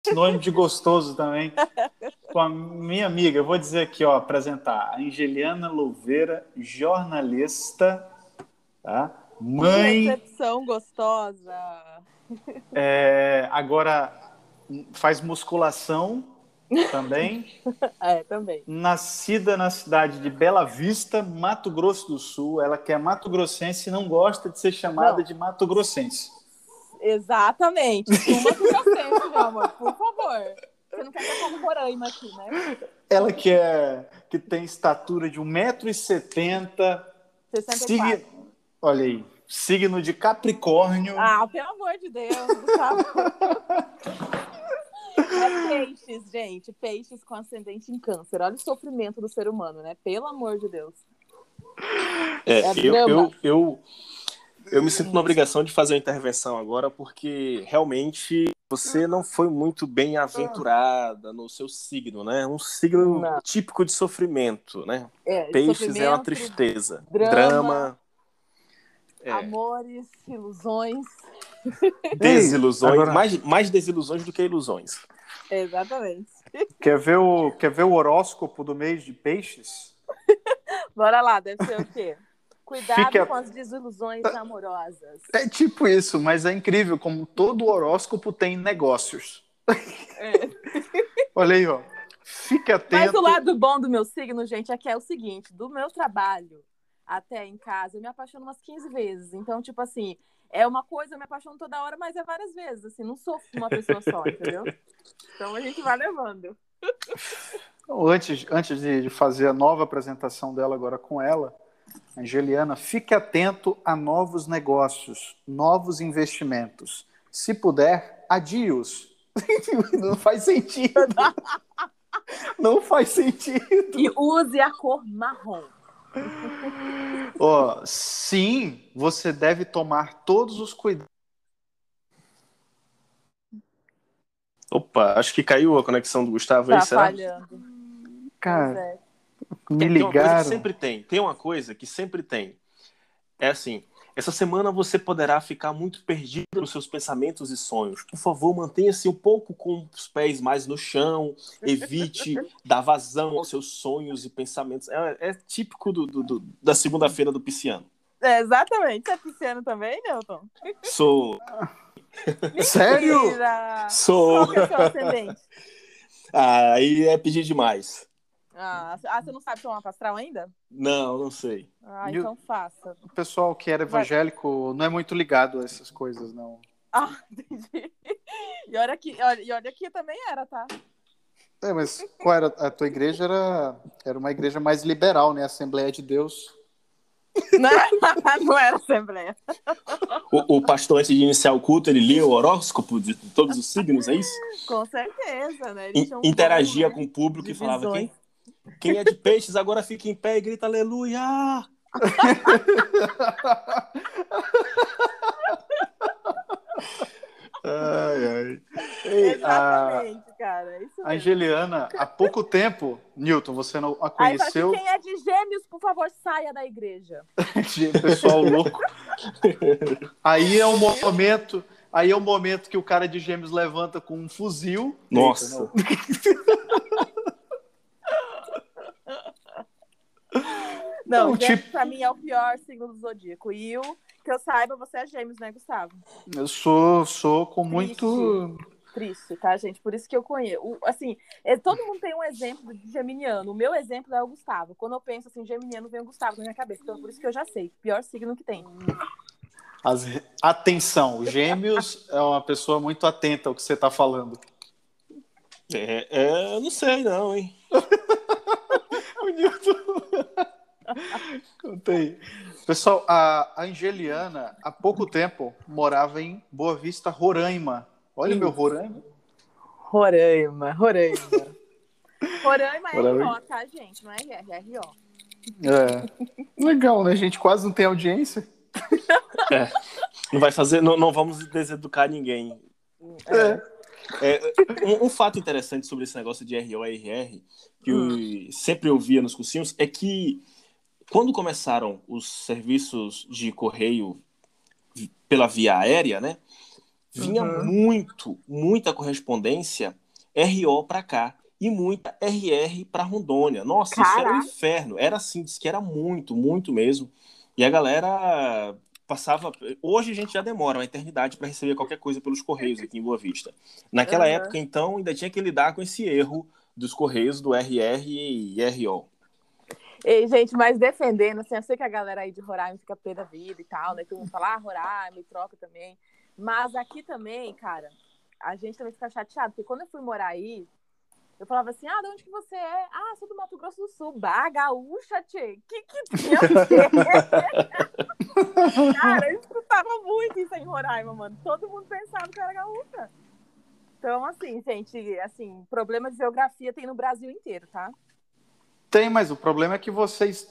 sinônimo de gostoso também. Com a minha amiga, eu vou dizer aqui, ó, apresentar a Angeliana Louveira, jornalista, tá? Que Mãe, recepção gostosa. agora faz musculação também, Também. nascida na cidade de Bela Vista, Mato Grosso do Sul. Ela que é mato-grossense e não gosta de ser chamada Não, de mato-grossense. exatamente. Suma do Grossense, meu amor, por favor. Você não quer que eu como Roraima aqui, né? Ela que tem estatura de 1,70 m, 64. olha aí, signo de Capricórnio. Ah, pelo amor de Deus, Gustavo. É peixes, gente. Peixes com ascendente em câncer. Olha o sofrimento do ser humano, né? Pelo amor de Deus. É Eu, drama. eu, eu, eu me sinto na obrigação de fazer uma intervenção agora, porque realmente você não foi muito bem aventurada no seu signo, né? Um signo Não. típico de sofrimento, né? De Peixes é uma sofrimento, tristeza. drama, Drama, amores, ilusões. desilusões, agora, mais desilusões do que ilusões. Exatamente. quer ver o horóscopo do mês de Peixes? Bora lá, deve ser o quê? Cuidado Fica... com as desilusões amorosas. É tipo isso, mas é incrível como todo horóscopo tem negócios. Olha aí, ó. Fique atento. Mas o lado bom do meu signo, gente, é que é o seguinte, do meu trabalho até em casa, eu me apaixono umas 15 vezes. Então, tipo assim, é uma coisa, eu me apaixono toda hora, mas é várias vezes, assim, não sou uma pessoa só, entendeu? Então a gente vai levando. Antes de fazer a nova apresentação dela agora com ela, Angeliana, fique atento a novos negócios, novos investimentos. Se puder, adie-os. Não faz sentido. Não faz sentido. E use a cor marrom. Sim, você deve tomar todos os cuidados. Opa, acho que caiu a conexão do Gustavo aí, Tá será? falhando. Cara, me Tem uma coisa que ligaram. sempre tem. Tem uma coisa que sempre tem. É assim, essa semana você poderá ficar muito perdido nos seus pensamentos e sonhos. Por favor, mantenha-se um pouco com os pés mais no chão, evite dar vazão aos seus sonhos e pensamentos. É típico da segunda-feira do pisciano. Exatamente. Você é pisciano também, Newton? Sou. Sério? Mentira! Sou. Qual que é o seu ascendente? Aí é pedir demais. Você não sabe tomar astral ainda? Não sei. Então faça. O pessoal que era evangélico não é muito ligado a essas coisas, não. Entendi. E olha que também era, tá? Mas qual era? A tua igreja era uma igreja mais liberal, né? Assembleia de Deus. Não era assembleia. O pastor, antes de iniciar o culto, ele lia o horóscopo de todos os signos, é isso? Com certeza, né? Interagia com o público e falava: quem é de peixes agora fica em pé e grita aleluia! Ai. Exatamente, cara. Isso mesmo. A Angeliana, há pouco tempo, Newton, você não a conheceu? Aí, quem é de Gêmeos, por favor, saia da igreja. Pessoal louco. Aí é o momento que o cara de Gêmeos levanta com um fuzil. Nossa. Não, Gêmeos pra mim é o pior signo do zodíaco. E que eu saiba, você é Gêmeos, né, Gustavo? Eu sou com muito... Triste, tá, gente? Por isso que eu conheço. Assim, todo mundo tem um exemplo de geminiano. O meu exemplo é o Gustavo. Quando eu penso assim, geminiano, vem o Gustavo na minha cabeça. Então, por isso que eu já sei. Pior signo que tem. Atenção, Gêmeos é uma pessoa muito atenta ao que você está falando. Eu não sei não, hein? O Newton... Contei. Pessoal, a Angeliana, há pouco tempo, morava em Boa Vista, Roraima. Olha o meu Roraima. Roraima. Roraima é RO, tá, gente? Não é RO. Legal, né? A gente quase não tem audiência. Não vai fazer, não vamos deseducar ninguém. Um fato interessante sobre esse negócio de RO e RR, que eu sempre ouvia nos cursinhos, é que quando começaram os serviços de correio pela via aérea, né? vinha muita correspondência RO para cá e muita RR para Rondônia. Nossa, isso era um inferno. Era assim, diz que era muito mesmo. E a galera passava... Hoje a gente já demora uma eternidade para receber qualquer coisa pelos Correios aqui em Boa Vista. Naquela época, então, ainda tinha que lidar com esse erro dos Correios, do RR e RO. Ei, gente, mas defendendo, assim, eu sei que a galera aí de Roraima fica pé da vida e tal, né? Todo mundo fala, Roraima, e troca também. Mas aqui também, cara, a gente também fica chateado, porque quando eu fui morar aí, eu falava assim, de onde que você é? Ah, sou do Mato Grosso do Sul. Bah, gaúcha, tchê. Que tinha a ver? Cara, eu escutava muito isso em Roraima, mano. Todo mundo pensava que eu era gaúcha. Então, assim, gente, assim, problema de geografia tem no Brasil inteiro, tá? Tem, mas o problema é que vocês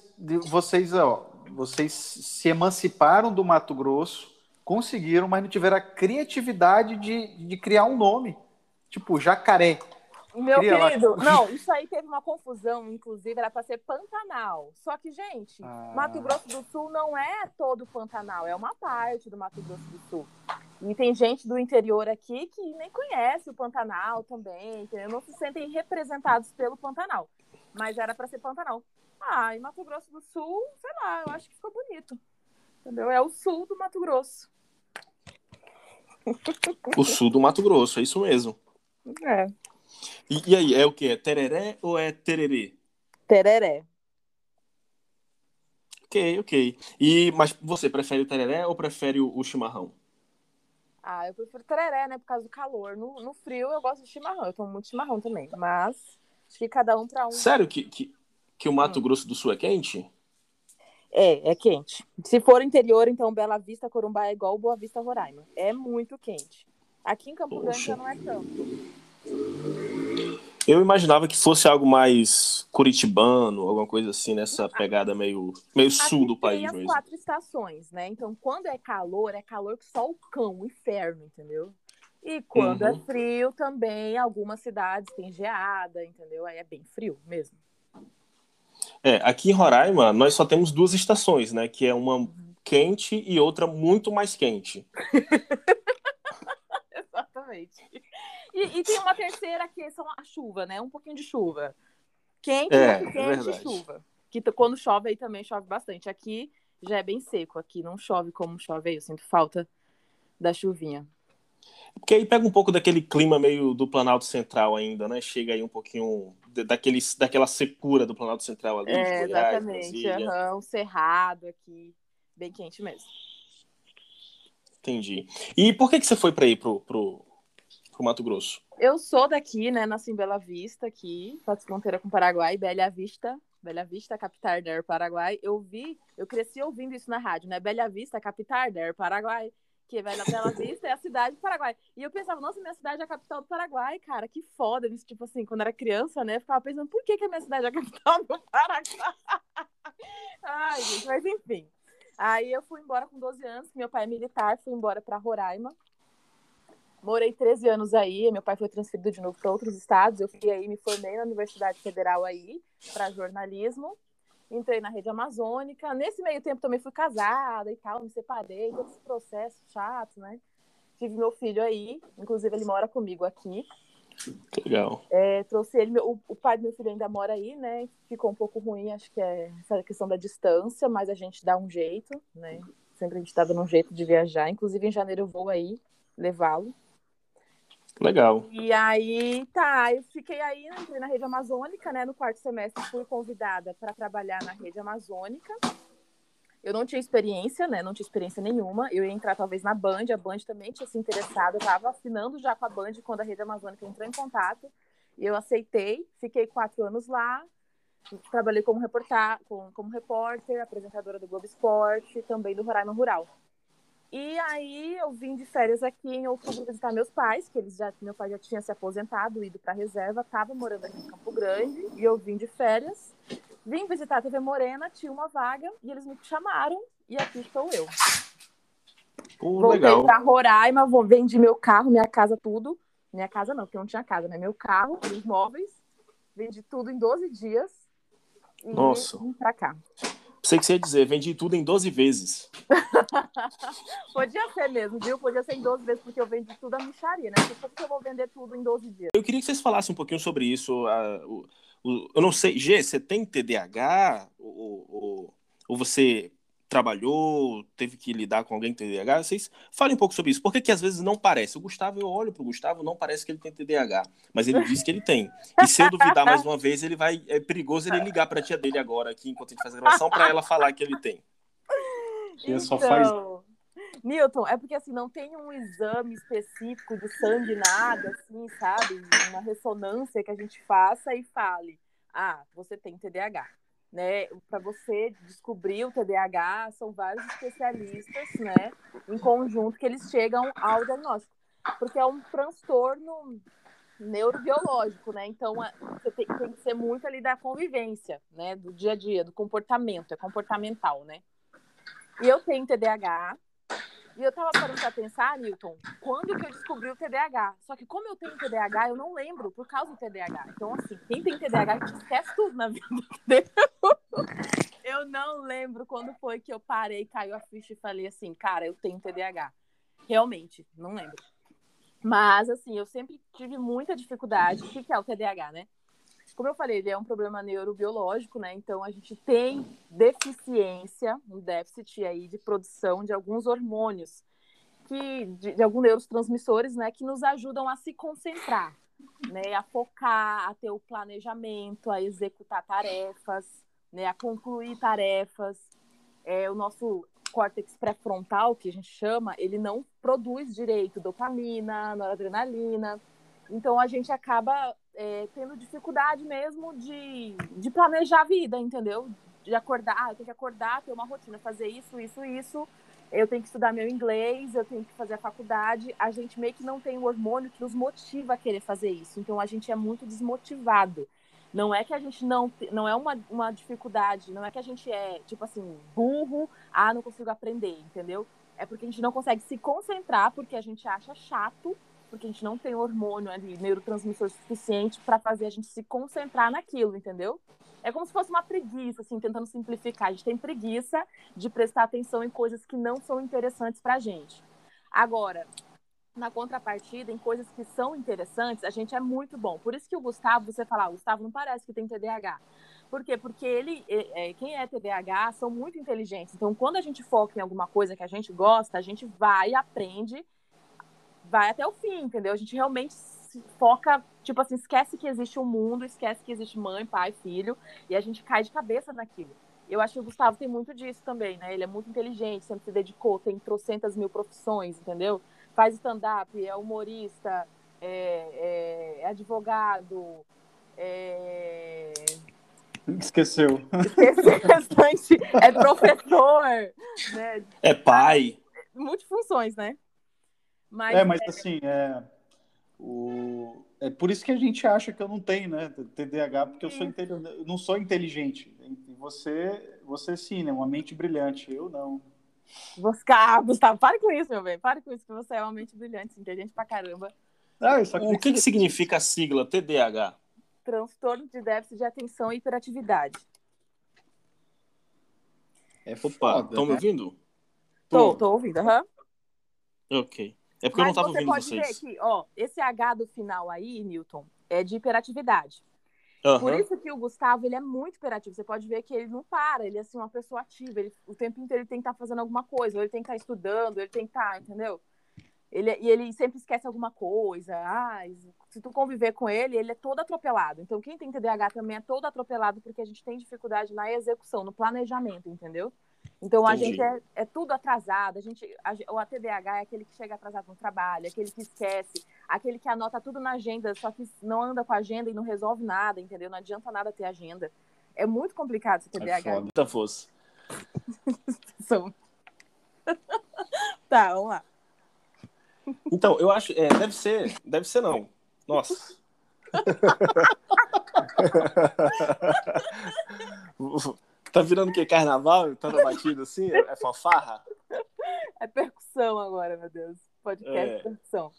se emanciparam do Mato Grosso, conseguiram, mas não tiveram a criatividade de criar um nome. Tipo, Jacaré. Meu querido, não, isso aí teve uma confusão, inclusive, era para ser Pantanal. Só que, gente, Mato Grosso do Sul não é todo Pantanal, é uma parte do Mato Grosso do Sul. E tem gente do interior aqui que nem conhece o Pantanal também, entendeu? Não se sentem representados pelo Pantanal. Mas era para ser Pantanal. E Mato Grosso do Sul, sei lá, eu acho que ficou bonito. Entendeu? É o sul do Mato Grosso. O sul do Mato Grosso, é isso mesmo. É. E aí, é o quê? É tereré ou é tererê? Tereré. Ok. Mas você prefere o tereré ou prefere o chimarrão? Eu prefiro tereré, né? Por causa do calor. No frio eu gosto de chimarrão. Eu tomo muito chimarrão também. Mas acho que cada um para um. Sério que o Mato Grosso do Sul é quente? É quente. Se for interior, então Bela Vista, Corumbá é igual Boa Vista, Roraima. É muito quente. Aqui em Campo Grande já não é tanto. Eu imaginava que fosse algo mais curitibano, alguma coisa assim, nessa pegada meio sul do país mesmo. Tem as 4 estações, né? Então, quando é calor que só o cão, o inferno, entendeu? E quando é frio também, algumas cidades têm geada, entendeu? Aí é bem frio mesmo. Aqui em Roraima, nós só temos 2 estações, né? Que é uma quente e outra muito mais quente. Exatamente. E tem uma terceira que são a chuva, né? Um pouquinho de chuva. Quente, quente e chuva. Que quando chove aí também chove bastante. Aqui já é bem seco. Aqui não chove como chove aí. Eu sinto falta da chuvinha. Porque aí pega um pouco daquele clima meio do Planalto Central ainda, né? Chega aí um pouquinho daquela secura do Planalto Central ali, de Goiás, exatamente. Brasília. Um cerrado aqui. Bem quente mesmo. Entendi. E por que você foi para ir pro Mato Grosso? Eu sou daqui, né? Nasci em Bela Vista, aqui, faço fronteira com o Paraguai, Bela Vista, capital do Paraguai. Eu cresci ouvindo isso na rádio, né? Bela Vista, capital do Paraguai, que Bela Vista é a cidade do Paraguai. E eu pensava, nossa, minha cidade é a capital do Paraguai, cara, que foda. Isso, tipo assim, quando era criança, né? Eu ficava pensando, por que a minha cidade é a capital do Paraguai? Ai, gente, mas enfim. Aí eu fui embora com 12 anos, meu pai é militar, fui embora para Roraima. Morei 13 anos aí, meu pai foi transferido de novo para outros estados. Eu fui aí, me formei na Universidade Federal aí, para jornalismo. Entrei na Rede Amazônica. Nesse meio tempo também fui casada e tal, me separei, todo esse processo chato, né? Tive meu filho aí, inclusive ele mora comigo aqui. Legal. Trouxe ele, o pai do meu filho ainda mora aí, né? Ficou um pouco ruim, acho que é essa questão da distância, mas a gente dá um jeito, né? Sempre a gente tá dando um jeito de viajar. Inclusive em janeiro eu vou aí levá-lo. Legal. E aí, eu fiquei aí, entrei na Rede Amazônica, né? No 4º semestre fui convidada para trabalhar na Rede Amazônica. Eu não tinha experiência, né? Não tinha experiência nenhuma. Eu ia entrar talvez na Band, a Band também tinha se interessado. Eu estava assinando já com a Band quando a Rede Amazônica entrou em contato. E eu aceitei, fiquei 4 anos lá. Trabalhei como repórter, apresentadora do Globo Esporte, também do Roraima Rural. E aí eu vim de férias aqui em outubro visitar meus pais, que meu pai já tinha se aposentado, ido para a reserva, estava morando aqui em Campo Grande, e eu vim de férias, vim visitar a TV Morena, tinha uma vaga, e eles me chamaram, e aqui estou eu. Voltei para Roraima, vendi meu carro, minha casa, tudo. Minha casa não, porque eu não tinha casa, né? Meu carro, os móveis, vendi tudo em 12 dias e vim para cá. Sei que você ia dizer, vendi tudo em 12 vezes. Podia ser mesmo, viu? Podia ser em 12 vezes, porque eu vendi tudo a mixaria, né? Como que eu vou vender tudo em 12 dias? Eu queria que vocês falassem um pouquinho sobre isso. Eu não sei, Gê, você tem TDAH? Ou você trabalhou, teve que lidar com alguém que tem TDAH? Vocês falem um pouco sobre isso. Por que que às vezes não parece? O Gustavo, eu olho pro Gustavo, não parece que ele tem TDAH, mas ele diz que ele tem. E se eu duvidar mais uma vez, é perigoso ele ligar pra tia dele agora, aqui, enquanto a gente faz a gravação, pra ela falar que ele tem. Ele só faz. Então, Newton, é porque assim, não tem um exame específico de sangue, nada, assim, sabe? Uma ressonância que a gente faça e fale, você tem TDAH. Né? Para você descobrir o TDAH, são vários especialistas, né, em conjunto que eles chegam ao diagnóstico, porque é um transtorno neurobiológico, né? Então você tem que ser muito ali da convivência, né, do dia a dia, do comportamento, é comportamental, né? E eu tenho TDAH. E eu tava parando pra pensar, Newton, quando que eu descobri o TDAH? Só que como eu tenho TDAH, eu não lembro por causa do TDAH. Então, assim, quem tem TDAH, a gente esquece tudo na vida. Eu não lembro quando foi que eu parei, caiu a ficha e falei assim, cara, eu tenho TDAH. Realmente, não lembro. Mas, assim, eu sempre tive muita dificuldade. O que é o TDAH, né? Como eu falei, ele é um problema neurobiológico, né? Então a gente tem deficiência, um déficit aí de produção de alguns hormônios, de alguns neurotransmissores, né, que nos ajudam a se concentrar, né, a focar, a ter o planejamento, a executar tarefas, né, a concluir tarefas. O nosso córtex pré-frontal, que a gente chama, ele não produz direito dopamina, noradrenalina. Então a gente acaba tendo dificuldade mesmo de planejar a vida, entendeu? De acordar, eu tenho que acordar, ter uma rotina, fazer isso, isso, isso. Eu tenho que estudar meu inglês, eu tenho que fazer a faculdade. A gente meio que não tem o hormônio que nos motiva a querer fazer isso. Então a gente é muito desmotivado. Não é que a gente não é uma dificuldade, não é que a gente é, tipo assim, burro, não consigo aprender, entendeu? É porque a gente não consegue se concentrar, porque a gente acha chato, porque a gente não tem hormônio ali, neurotransmissor suficiente para fazer a gente se concentrar naquilo, entendeu? É como se fosse uma preguiça, assim, tentando simplificar. A gente tem preguiça de prestar atenção em coisas que não são interessantes pra gente. Agora, na contrapartida, em coisas que são interessantes, a gente é muito bom. Por isso que o Gustavo, você fala, o Gustavo não parece que tem TDAH. Por quê? Porque quem é TDAH são muito inteligentes. Então, quando a gente foca em alguma coisa que a gente gosta, a gente vai, aprende, vai até o fim, entendeu? A gente realmente se foca, tipo assim, esquece que existe um mundo, esquece que existe mãe, pai, filho, e a gente cai de cabeça naquilo. Eu acho que o Gustavo tem muito disso também, né? Ele é muito inteligente, sempre se dedicou, tem trocentas mil profissões, entendeu? Faz stand-up, é humorista, é advogado, Esqueceu. Esqueci, é professor, né? É pai. Multifunções, né? Mas assim, é por isso que a gente acha que eu não tenho, né, TDAH, porque eu não sou inteligente. Você sim, né, uma mente brilhante. Eu não. Gustavo, pare com isso, meu bem. Pare com isso, que você é uma mente brilhante, inteligente pra caramba. O que significa a sigla TDAH? Transtorno de déficit de atenção e hiperatividade. Opa, estão me ouvindo? Tô ouvindo, aham. Ok. É porque eu não estava ouvindo vocês. Mas você pode ver que, esse H do final aí, Newton, é de hiperatividade. Por isso que o Gustavo, ele é muito hiperativo. Você pode ver que ele não para, ele é assim, uma pessoa ativa. O tempo inteiro ele tem que estar fazendo alguma coisa, ou ele tem que estar estudando, ele tem que estar, entendeu? Ele sempre esquece alguma coisa. Se tu conviver com ele, ele é todo atropelado. Então, quem tem TDAH também é todo atropelado, porque a gente tem dificuldade na execução, no planejamento, entendeu? Então, Entendi. a gente é tudo atrasado. O TDAH é aquele que chega atrasado no trabalho, aquele que esquece, aquele que anota tudo na agenda, só que não anda com a agenda e não resolve nada, entendeu? Não adianta nada ter agenda. É muito complicado esse TDAH. Foda. Fosse. Tá, vamos lá. Então, eu acho... deve ser não. Nossa. Tá virando o quê? Carnaval? Toda batida assim? É fanfarra? É percussão agora, meu Deus. Podcast percussão.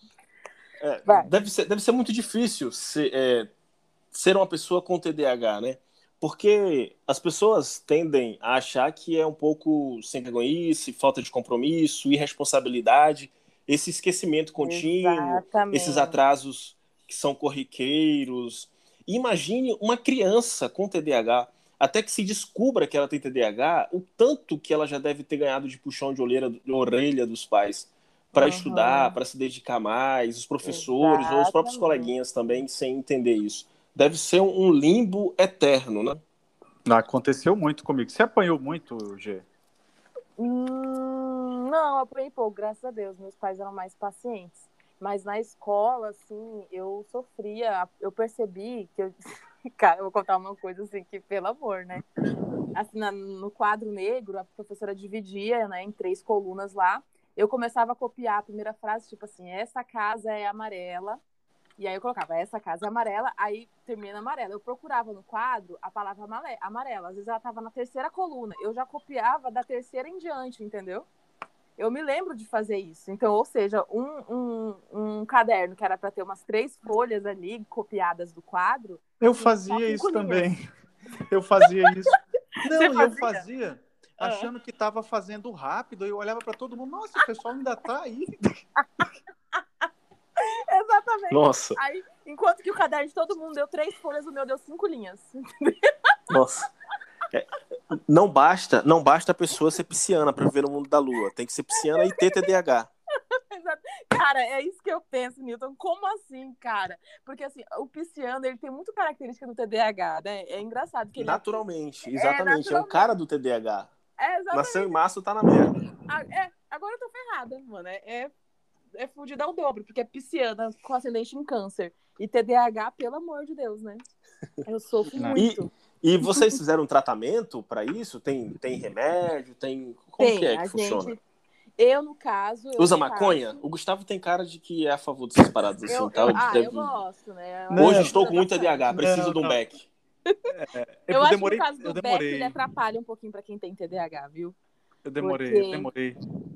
Deve ser muito difícil ser uma pessoa com TDAH, né? Porque as pessoas tendem a achar que é um pouco sem vergonhice, falta de compromisso, irresponsabilidade, esse esquecimento contínuo, esses Exatamente. atrasos que são corriqueiros. Imagine uma criança com TDAH, até que se descubra que ela tem TDAH, o tanto que ela já deve ter ganhado de puxão de orelha dos pais para estudar, Uhum. para se dedicar mais, os professores ou os próprios Exatamente. coleguinhas também sem entender isso. Deve ser um limbo eterno, né? Aconteceu muito comigo. Você apanhou muito, G? Não, eu apanhei pouco, graças a Deus. Meus pais eram mais pacientes. Mas na escola, assim, eu sofria. Eu percebi que eu. Cara, eu vou contar uma coisa assim, que pelo amor, né? Assim, no quadro negro, a professora dividia, né, em 3 colunas lá. Eu começava a copiar a primeira frase, tipo assim, essa casa é amarela. E aí eu colocava, essa casa é amarela, aí termina amarela. Eu procurava no quadro a palavra amarela. Às vezes ela estava na terceira coluna. Eu já copiava da terceira em diante, entendeu? Eu me lembro de fazer isso. Então, ou seja, um caderno que era para ter umas 3 folhas ali copiadas do quadro, Eu tinha só fazia 5 isso linhas. também. Eu fazia isso. Você Não, e eu fazia? fazia Ah. achando que estava fazendo rápido. Eu olhava para todo mundo, nossa, o pessoal ainda está aí. Exatamente. Nossa, Aí, enquanto que o caderno de todo mundo deu 3 folhas, o meu deu 5 linhas. nossa. É, não basta a pessoa ser pisciana para viver no mundo da lua. Tem que ser pisciana e ter TDAH. Cara, é isso que eu penso, Newton. Como assim, cara? Porque assim, o pisciano, ele tem muito característica do TDAH, né? É engraçado que ele Naturalmente, é exatamente. É um naturalmente. cara do TDAH. É Nasceu em exatamente. março, tá na merda. Agora eu tô ferrada, mano. É fudida ao dobro, porque é pisciana com ascendente em câncer. E TDAH, pelo amor de Deus, né? Eu sofro Não. E, muito. e vocês fizeram um tratamento para isso? Tem remédio? Como que Tem, é que a funciona? gente. Eu no Usa caso, maconha? O Gustavo tem cara de que é a favor dessas paradas assim, tal. eu gosto, né? Eu acho Hoje que Não, estou ajuda com muito TDAH, bastante. preciso não, de um não. beck. Eu acho que no demorei, caso eu do Beck, ele demorei, atrapalha um pouquinho pra quem tem TDAH, viu? eu Porque. demorei.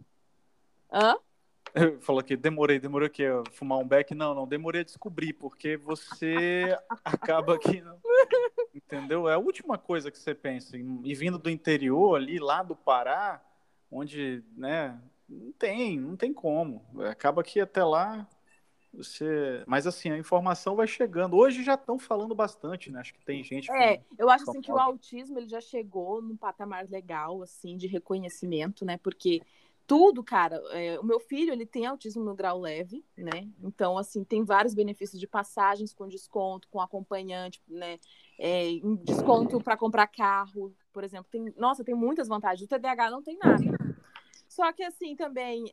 Hã? Falou que demorei o quê? Fumar um beck? Não, não, demorei a descobrir, porque você acaba que, entendeu? É a última coisa que você pensa. E vindo do interior ali, lá do Pará, onde, né, não tem como. Acaba que até lá você... Mas assim, a informação vai chegando. Hoje já estão falando bastante, né? Acho que tem gente Eu acho assim que o famosa. autismo ele já chegou num patamar legal, assim, de reconhecimento, né? Porque tudo, cara, o meu filho, ele tem autismo no grau leve, né? Então, assim, tem vários benefícios de passagens com desconto, com acompanhante, né? Desconto para comprar carro, por exemplo. Tem muitas vantagens. O TDAH não tem nada. Só que, assim, também,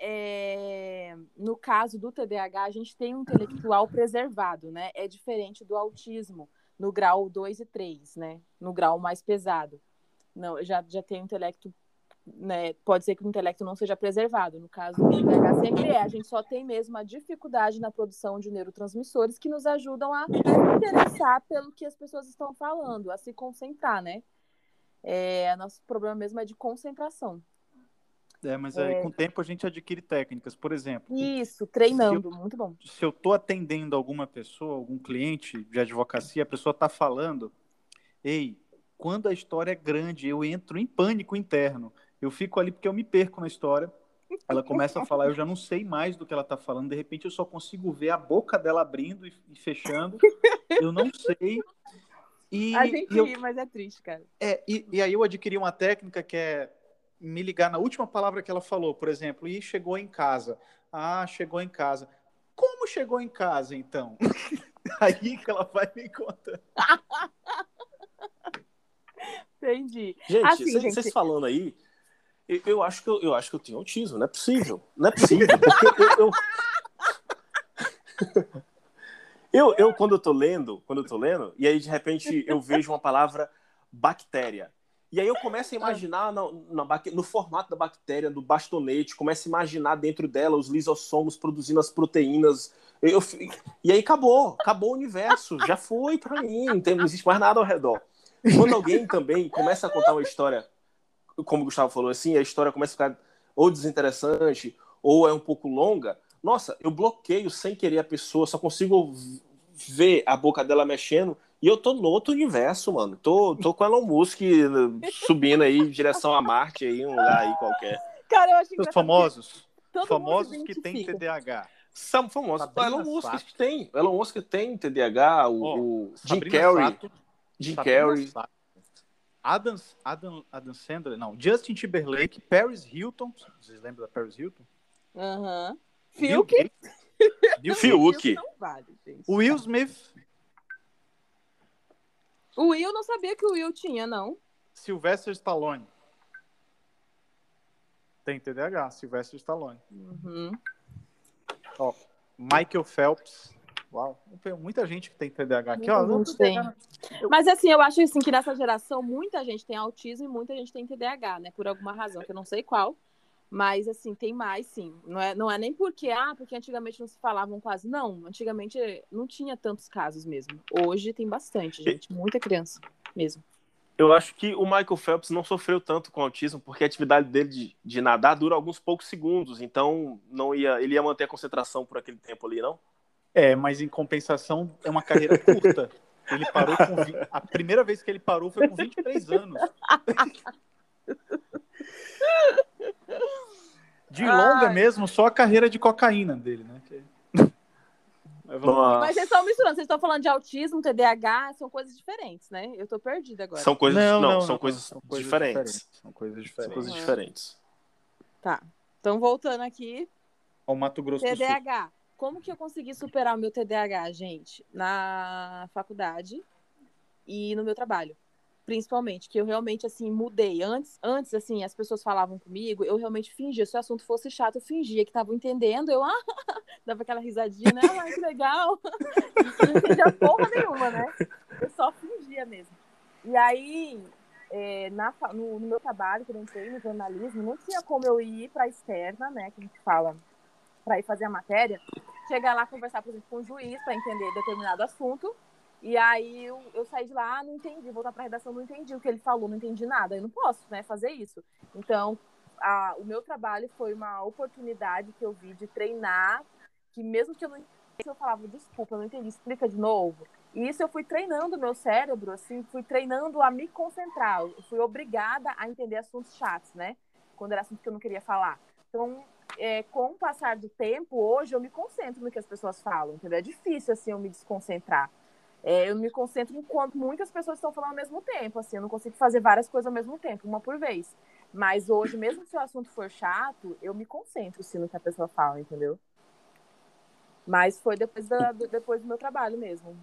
no caso do TDAH, a gente tem um intelectual preservado, né? É diferente do autismo, no grau 2 e 3, né? No grau mais pesado. Não, já tem um intelecto, né? Pode ser que o intelecto não seja preservado. No caso do TDAH, sempre é. A gente só tem mesmo a dificuldade na produção de neurotransmissores que nos ajudam a interessar pelo que as pessoas estão falando, a se concentrar, né? Nosso problema mesmo é de concentração. Mas aí com o tempo a gente adquire técnicas. Por exemplo, Isso, se eu treinando, muito bom. se eu estou atendendo alguma pessoa, algum cliente de advocacia, a pessoa está falando, ei, quando a história é grande, eu entro em pânico interno. Eu fico ali porque eu me perco na história. Ela começa a falar, eu já não sei mais do que ela está falando. De repente, eu só consigo ver a boca dela abrindo e fechando. Eu não sei. A E, gente e, eu, ri, mas é triste, cara. e aí eu adquiri uma técnica que é me ligar na última palavra que ela falou, por exemplo, e chegou em casa. Ah, chegou em casa. Como chegou em casa, então? Aí que ela vai me contar. Entendi. Gente, Assim, vocês gente, falando aí, eu acho que eu tenho autismo. Não é possível. Não é possível. Porque quando eu tô lendo, e aí de repente eu vejo uma palavra bactéria. E aí eu começo a imaginar no formato da bactéria, do bastonete, começo a imaginar dentro dela os lisossomos produzindo as proteínas. E aí acabou o universo, já foi para mim, não existe mais nada ao redor. Quando alguém também começa a contar uma história, como o Gustavo falou assim, a história começa a ficar ou desinteressante, ou é um pouco longa, nossa, eu bloqueio sem querer a pessoa, só consigo ver a boca dela mexendo e eu tô no outro universo, mano. Tô com Elon Musk subindo aí em direção a Marte, aí, um lugar aí qualquer. Cara, eu acho Os engraçado famosos. todo Famosos mundo se que têm identifica. TDAH. São famosos. O Sabrina Elon Musk Sato. tem. O Elon Musk tem TDAH, o Jim Carrey. Jim Carrey. Sato, Adam Sandler, não. Justin Timberlake, Paris Hilton. Vocês lembram da Paris Hilton? Aham. Bill Fiuk? Gates. Fiuk. Não vale, gente. Will Smith. O Will, não sabia que o Will tinha, não. Sylvester Stallone. Tem TDAH, Sylvester Stallone. Uhum. Ó, Michael Phelps. Uau, tem muita gente que tem TDAH aqui, ó. Muita gente tem. Mas assim, eu acho assim, que nessa geração muita gente tem autismo e muita gente tem TDAH, né? Por alguma razão, que eu não sei qual. Mas assim, tem mais, sim. Não é nem porque antigamente não se falavam quase. Não, antigamente não tinha tantos casos mesmo. Hoje tem bastante, gente. Muita criança mesmo. Eu acho que o Michael Phelps não sofreu tanto com autismo porque a atividade dele de nadar dura alguns poucos segundos. Então ele ia manter a concentração por aquele tempo ali, não? É, mas em compensação é uma carreira curta. Ele parou a primeira vez que ele parou foi com 23 anos. De longa mesmo, só a carreira de cocaína dele, né? Mas vocês estão misturando, vocês estão falando de autismo, TDAH, são coisas diferentes, né? Eu tô perdida agora. São coisas, são coisas são diferentes. São coisas diferentes. São coisas diferentes. Tá. Então, voltando aqui. Ao Mato Grosso do Sul. TDAH. Como que eu consegui superar o meu TDAH, gente? Na faculdade e no meu trabalho. Principalmente, que eu realmente, assim, mudei. Antes, assim, as pessoas falavam comigo, eu realmente fingia. Se o assunto fosse chato, eu fingia que tava entendendo. Eu, dava aquela risadinha, né? Que legal. Não entendia porra nenhuma, né? Eu só fingia mesmo. E aí, no meu trabalho, quando eu entrei no jornalismo, não tinha como eu ir pra externa, né? Que a gente fala, pra ir fazer a matéria. Chegar lá, conversar, por exemplo, com o juiz pra entender determinado assunto. E aí eu saí de lá, não entendi, voltar para a redação, não entendi o que ele falou, não entendi nada. Eu não posso, né, fazer isso. Então, o meu trabalho foi uma oportunidade que eu vi de treinar, que mesmo que eu não entendesse, eu falava, desculpa, eu não entendi, explica de novo. E isso eu fui treinando o meu cérebro, assim, fui treinando a me concentrar. Eu fui obrigada a entender assuntos chatos, né, quando era assunto que eu não queria falar. Então, com o passar do tempo, hoje eu me concentro no que as pessoas falam, entendeu? É difícil, assim, eu me desconcentrar. Eu me concentro enquanto muitas pessoas estão falando ao mesmo tempo, assim, eu não consigo fazer várias coisas ao mesmo tempo, uma por vez. Mas hoje, mesmo se o assunto for chato, eu me concentro, sim, no que a pessoa fala, entendeu? Mas foi depois do meu trabalho mesmo.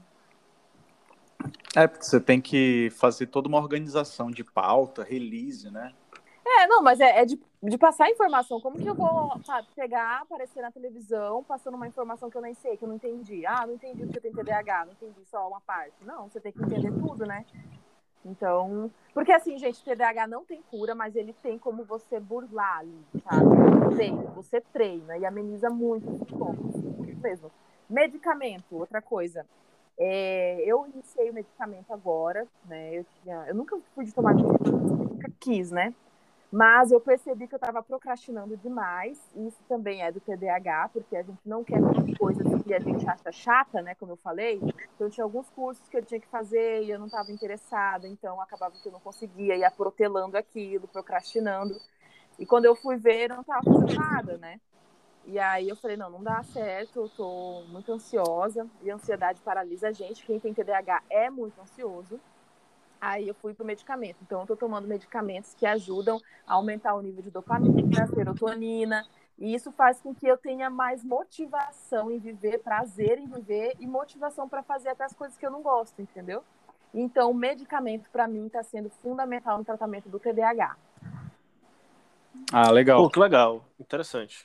Porque você tem que fazer toda uma organização de pauta, release, né? Não, mas é de passar informação. Como que eu vou pegar, aparecer na televisão, passando uma informação que eu nem sei, que eu não entendi? Não entendi porque eu tenho TDAH, não entendi só uma parte. Não, você tem que entender tudo, né? Então, porque assim, gente, TDAH não tem cura, mas ele tem como você burlar ali, sabe? Você treina e ameniza muito os sintomas, isso mesmo. Medicamento, outra coisa. Eu iniciei o medicamento agora, né? Eu nunca fui de tomar medicamento, nunca quis, né? Mas eu percebi que eu estava procrastinando demais, e isso também é do TDAH, porque a gente não quer fazer coisas que a gente acha chata, né, como eu falei. Então, tinha alguns cursos que eu tinha que fazer e eu não estava interessada, então acabava que eu não conseguia, ia protelando aquilo, procrastinando. E quando eu fui ver, eu não estava fazendo nada, né? E aí eu falei, não dá certo, eu tô muito ansiosa, e a ansiedade paralisa a gente. Quem tem TDAH é muito ansioso. Aí eu fui pro medicamento. Então, eu tô tomando medicamentos que ajudam a aumentar o nível de dopamina, serotonina. E isso faz com que eu tenha mais motivação em viver, prazer em viver e motivação para fazer até as coisas que eu não gosto, entendeu? Então, o medicamento, para mim, está sendo fundamental no tratamento do TDAH. Legal. Pô, que legal. Interessante.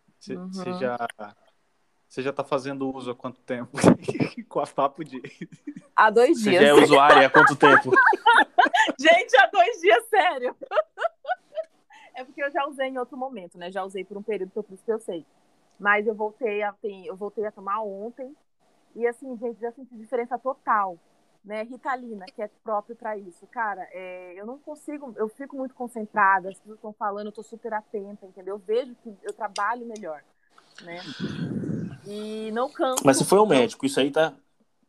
Você já tá fazendo uso há quanto tempo? Com a papo de... Há 2 dias. Você já é usuária há quanto tempo? Gente, há 2 dias, sério. É porque eu já usei em outro momento, né? Já usei por um período, por isso que eu sei. Mas eu voltei a tomar ontem. E assim, gente, já senti diferença total. Né? Ritalina, que é próprio para isso. Cara, eu não consigo, eu fico muito concentrada, as pessoas estão falando, eu tô super atenta, entendeu? Eu vejo que eu trabalho melhor, né? E não canso. Mas você foi ao médico, isso aí tá...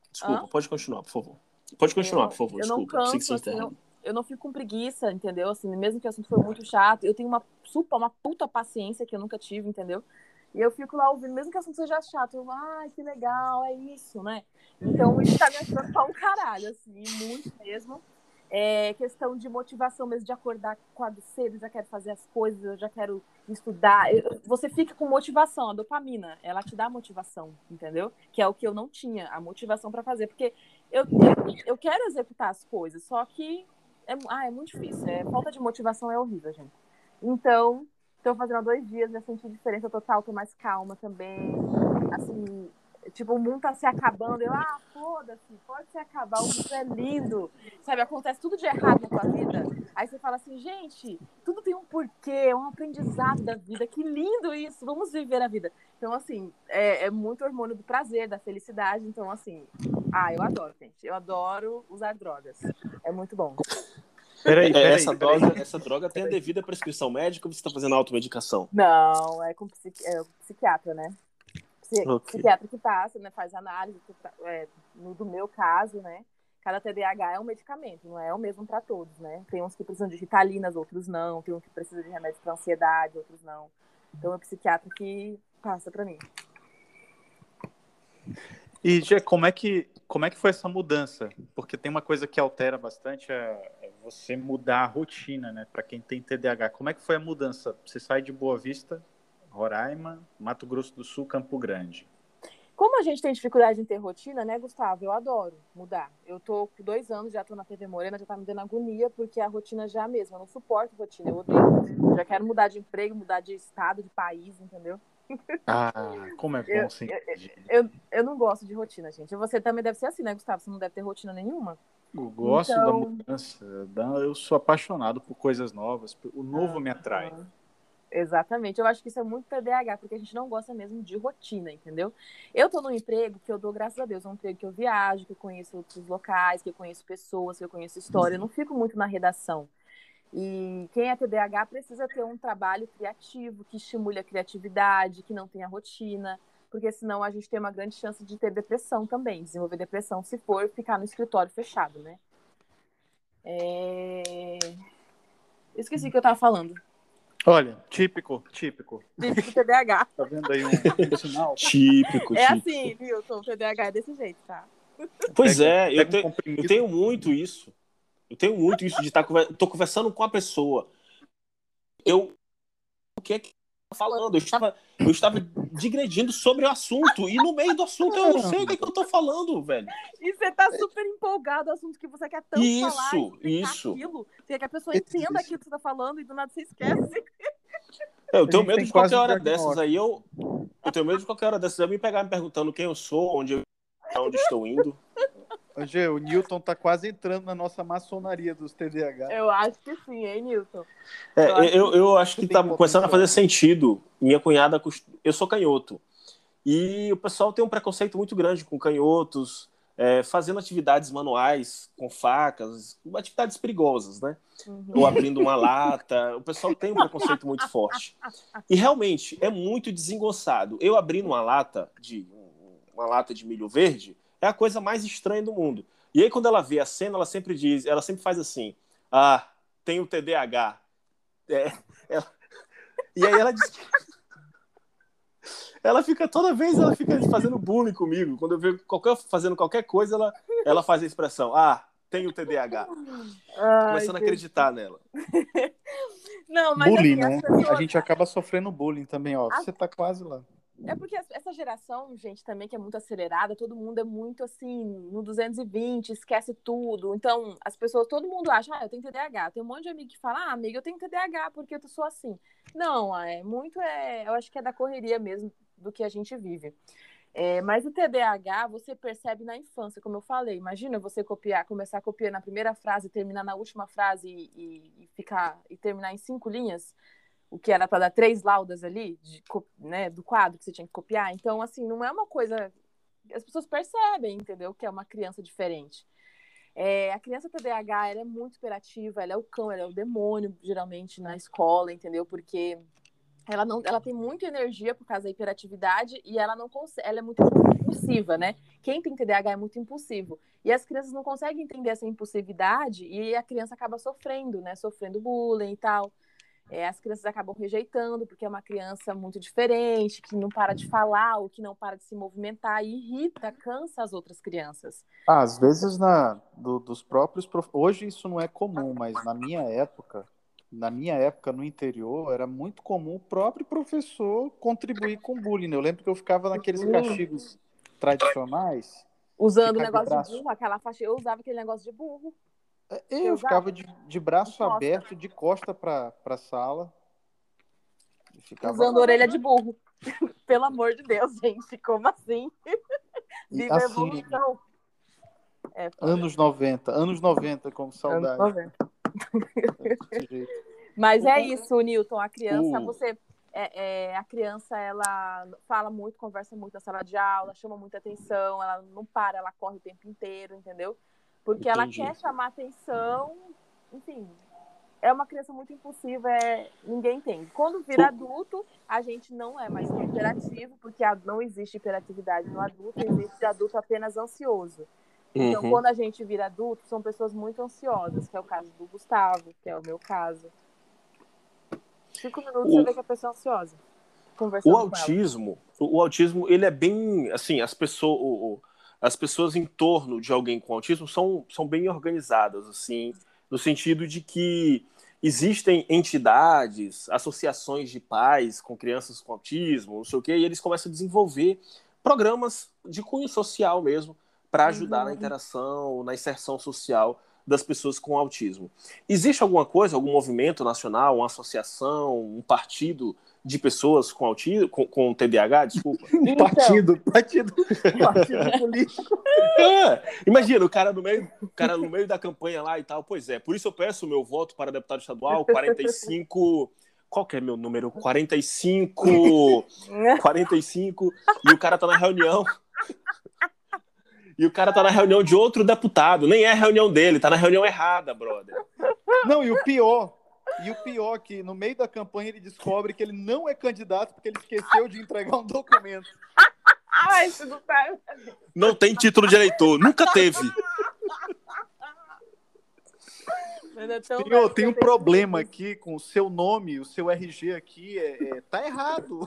Desculpa, Hã? pode continuar, por favor. Pode continuar, por favor, Eu não desculpa. Pensei que canso, você assim, interrompeu. eu não fico com preguiça, entendeu? Assim, mesmo que o assunto for muito chato, eu tenho uma puta paciência que eu nunca tive, entendeu? E eu fico lá ouvindo, mesmo que o assunto seja chato, eu, ai, que legal, é isso, né? Então, isso tá me ajudando pra um caralho, assim, muito mesmo. É questão de motivação mesmo, de acordar quando cedo, já quero fazer as coisas, eu já quero estudar. Você fica com motivação, a dopamina, ela te dá motivação, entendeu? Que é o que eu não tinha, a motivação pra fazer, porque eu quero executar as coisas, só que é muito difícil. Falta de motivação é horrível, gente. Então, estou fazendo há 2 dias, já senti diferença total, tô mais calma também. Assim, tipo, o mundo tá se acabando. Foda-se, pode se acabar, o mundo é lindo. Sabe, acontece tudo de errado na tua vida. Aí você fala assim, gente, tudo tem um porquê, é um aprendizado da vida. Que lindo isso, vamos viver a vida. Então, assim, é muito hormônio do prazer, da felicidade. Então, assim, eu adoro, gente. Eu adoro usar drogas. É muito bom. Peraí. Essa droga tem a devida prescrição médica ou você está fazendo automedicação? Não, é com psiquiatra, né? Ok. Psiquiatra que passa, né? Faz análise. Do meu caso, né? Cada TDAH é um medicamento, não é o mesmo para todos, né? Tem uns que precisam de Ritalinas, outros não. Tem uns que precisam de remédio para ansiedade, outros não. Então é o psiquiatra que passa para mim. E, Gê, como é que foi essa mudança? Porque tem uma coisa que altera bastante, é você mudar a rotina, né? Para quem tem TDAH. Como é que foi a mudança? Você sai de Boa Vista, Roraima, Mato Grosso do Sul, Campo Grande. Como a gente tem dificuldade em ter rotina, né, Gustavo? Eu adoro mudar. Eu tô com 2 anos, já tô na TV Morena, já tá me dando agonia, porque a rotina já é a mesma. Eu não suporto rotina, eu odeio. Eu já quero mudar de emprego, mudar de estado, de país, entendeu? Como é Eu, bom sim. eu não gosto de rotina, gente. Você também deve ser assim, né, Gustavo? Você não deve ter rotina nenhuma. Eu gosto da Então, mudança. Eu sou apaixonado por coisas novas. O novo me atrai. exatamente. Eu acho que isso é muito TDAH, porque a gente não gosta mesmo de rotina, entendeu? Eu tô num emprego que eu dou graças a Deus, é um emprego que eu viajo, que eu conheço outros locais, que eu conheço pessoas, que eu conheço história. Eu não fico muito na redação. E quem é TDAH precisa ter um trabalho criativo, que estimule a criatividade, que não tenha rotina, porque senão a gente tem uma grande chance de ter depressão também, desenvolver depressão se for ficar no escritório fechado, né? Esqueci o que eu tava falando. Olha, típico. Típico TDAH. Tá vendo aí um sinal? Típico. Assim, Nilton, o TDAH é desse jeito, tá? Pois Pega um eu comprimido. tenho muito isso. Eu tenho muito isso de estar tô conversando com a pessoa. O que é que tá falando? Eu estava digredindo sobre o assunto e no meio do assunto eu não sei o que é que eu tô falando, velho. E você tá super empolgado, o assunto que você quer tanto falar, explicar Isso. aquilo. Você quer que a pessoa entenda aquilo que você tá falando e do nada você esquece. Eu tenho medo tem de qualquer quase hora diagnóstico. dessas aí. Eu tenho medo de qualquer hora dessas aí me pegar me perguntando quem eu sou, onde estou indo. Gê, o Newton tá quase entrando na nossa maçonaria dos TDAH. Eu acho que sim, hein, Nilton? Eu acho que tá começando a fazer sentido. Minha cunhada, eu sou canhoto. E o pessoal tem um preconceito muito grande com canhotos, fazendo atividades manuais com facas, atividades perigosas, né? Ou abrindo uma lata. O pessoal tem um preconceito muito forte. E realmente é muito desengonçado. Eu abrindo uma lata de milho verde é a coisa mais estranha do mundo. E aí quando ela vê a cena, ela sempre faz assim: tem o TDAH. E aí ela diz que ela fica fazendo bullying comigo. Quando eu vejo fazendo qualquer coisa, ela faz a expressão: tem o TDAH. Começando a acreditar nela. Não, mas bullying, assim, né? as pessoas... A gente acaba sofrendo bullying também, ó. Você tá quase lá. É porque essa geração, gente, também que é muito acelerada, todo mundo é muito assim, no 220, esquece tudo. Então, todo mundo acha, eu tenho TDAH. Tem um monte de amigo que fala, amiga, eu tenho TDAH porque eu sou assim. Não, eu acho que é da correria mesmo do que a gente vive. Mas o TDAH você percebe na infância, como eu falei. Imagina você começar a copiar na primeira frase, terminar na última frase e terminar em 5 linhas. O que era para dar 3 laudas ali, né, do quadro que você tinha que copiar. Então, assim, não é uma coisa... As pessoas percebem, entendeu? Que é uma criança diferente. A criança TDAH, ela é muito hiperativa, ela é o cão, ela é o demônio, geralmente, na escola, entendeu? Porque ela tem muita energia por causa da hiperatividade e ela não consegue... Ela é muito impulsiva, né? Quem tem TDAH é muito impulsivo. E as crianças não conseguem entender essa impulsividade e a criança acaba sofrendo, né? Sofrendo bullying e tal. As crianças acabam rejeitando porque é uma criança muito diferente, que não para de falar ou que não para de se movimentar e irrita, cansa as outras crianças. Às vezes dos próprios hoje isso não é comum, mas na minha época no interior era muito comum o próprio professor contribuir com bullying, né? Eu lembro que eu ficava naqueles castigos tradicionais, Usando o ficar de negócio de braço. burro, aquela faixa, eu usava aquele negócio de burro. Eu ficava de braço aberto, de costa para a sala. Usando orelha de burro. Pelo amor de Deus, gente, como assim? Viva a assim, evolução. anos 90, com saudade. Anos 90. Mas é isso, Newton. A criança, a criança, ela fala muito, conversa muito na sala de aula, chama muita atenção, ela não para, ela corre o tempo inteiro, entendeu? Porque ela quer chamar atenção, enfim. É uma criança muito impulsiva, ninguém entende. Quando vira adulto, a gente não é mais tão hiperativo, porque não existe hiperatividade no adulto, existe adulto apenas ansioso. Então, quando a gente vira adulto, são pessoas muito ansiosas, que é o caso do Gustavo, que é o meu caso. 5 minutos você vê que a pessoa é ansiosa. Conversando O autismo, ele é bem, assim, as pessoas em torno de alguém com autismo são bem organizadas, assim, no sentido de que existem entidades, associações de pais com crianças com autismo, não sei o quê, e eles começam a desenvolver programas de cunho social mesmo, para ajudar na interação, na inserção social das pessoas com autismo. Existe alguma coisa, algum movimento nacional, uma associação, um partido de pessoas com autismo, com TDAH, desculpa? Partido político. Imagina, o cara no meio da campanha lá e tal. Pois é, por isso eu peço o meu voto para deputado estadual 45... Qual que é meu número? 45, e o cara tá na reunião... E o cara tá na reunião de outro deputado. Nem é a reunião dele, tá na reunião errada, brother. Não, e o pior que no meio da campanha ele descobre que ele não é candidato porque ele esqueceu de entregar um documento. Isso não tá... Não tem título de eleitor, nunca teve. Senhor, tem um problema aqui com o seu nome, o seu RG aqui, tá errado.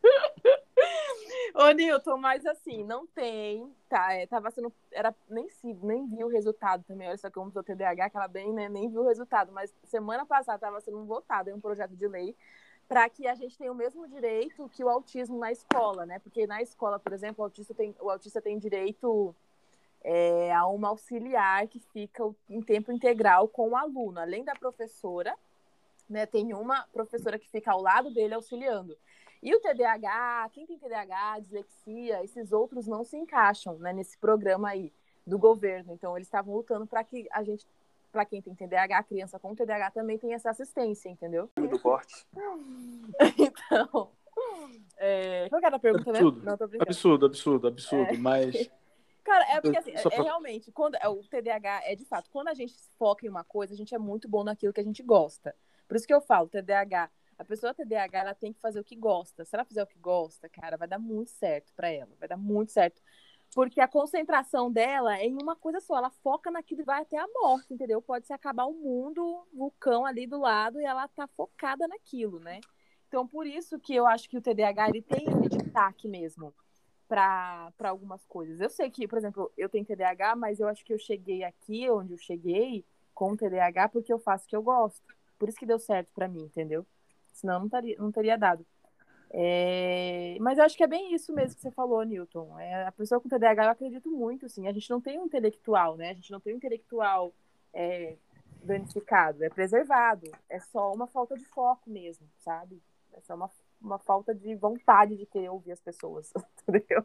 Ô, Newton, mas assim, não tem, tá? Tava sendo, nem vi o resultado também, olha só como sou TDAH, aquela bem, né, nem vi o resultado, mas semana passada estava sendo votado em um projeto de lei para que a gente tenha o mesmo direito que o autismo na escola, né? Porque na escola, por exemplo, o autista tem direito a uma auxiliar que fica em tempo integral com o aluno, além da professora, né? Tem uma professora que fica ao lado dele auxiliando. E o TDAH, quem tem TDAH, dislexia, esses outros não se encaixam, né, nesse programa aí do governo. Então, eles estavam lutando para que para quem tem TDAH, a criança com TDAH também tenha essa assistência, entendeu? Do corte. Então, qual que era a pergunta mesmo? Não, tô brincando. Absurdo, mas... Cara, porque assim, realmente, quando o TDAH de fato, quando a gente foca em uma coisa, a gente é muito bom naquilo que a gente gosta. Por isso que eu falo, a pessoa TDAH, ela tem que fazer o que gosta. Se ela fizer o que gosta, cara, vai dar muito certo pra ela. Vai dar muito certo. Porque a concentração dela é em uma coisa só. Ela foca naquilo e vai até a morte, entendeu? Pode se acabar o mundo, vulcão ali do lado, e ela tá focada naquilo, né? Então, por isso que eu acho que o TDAH, ele tem esse destaque mesmo para algumas coisas. Eu sei que, por exemplo, eu tenho TDAH, mas eu acho que eu cheguei aqui, onde eu cheguei, com TDAH, porque eu faço o que eu gosto. Por isso que deu certo pra mim, entendeu? Senão não teria dado. Mas eu acho que é bem isso mesmo que você falou, Newton. A pessoa com TDAH, eu acredito muito, assim. A gente não tem um intelectual, né? A gente não tem um intelectual danificado. É preservado. É só uma falta de foco mesmo, sabe? É só uma falta de vontade de querer ouvir as pessoas, entendeu?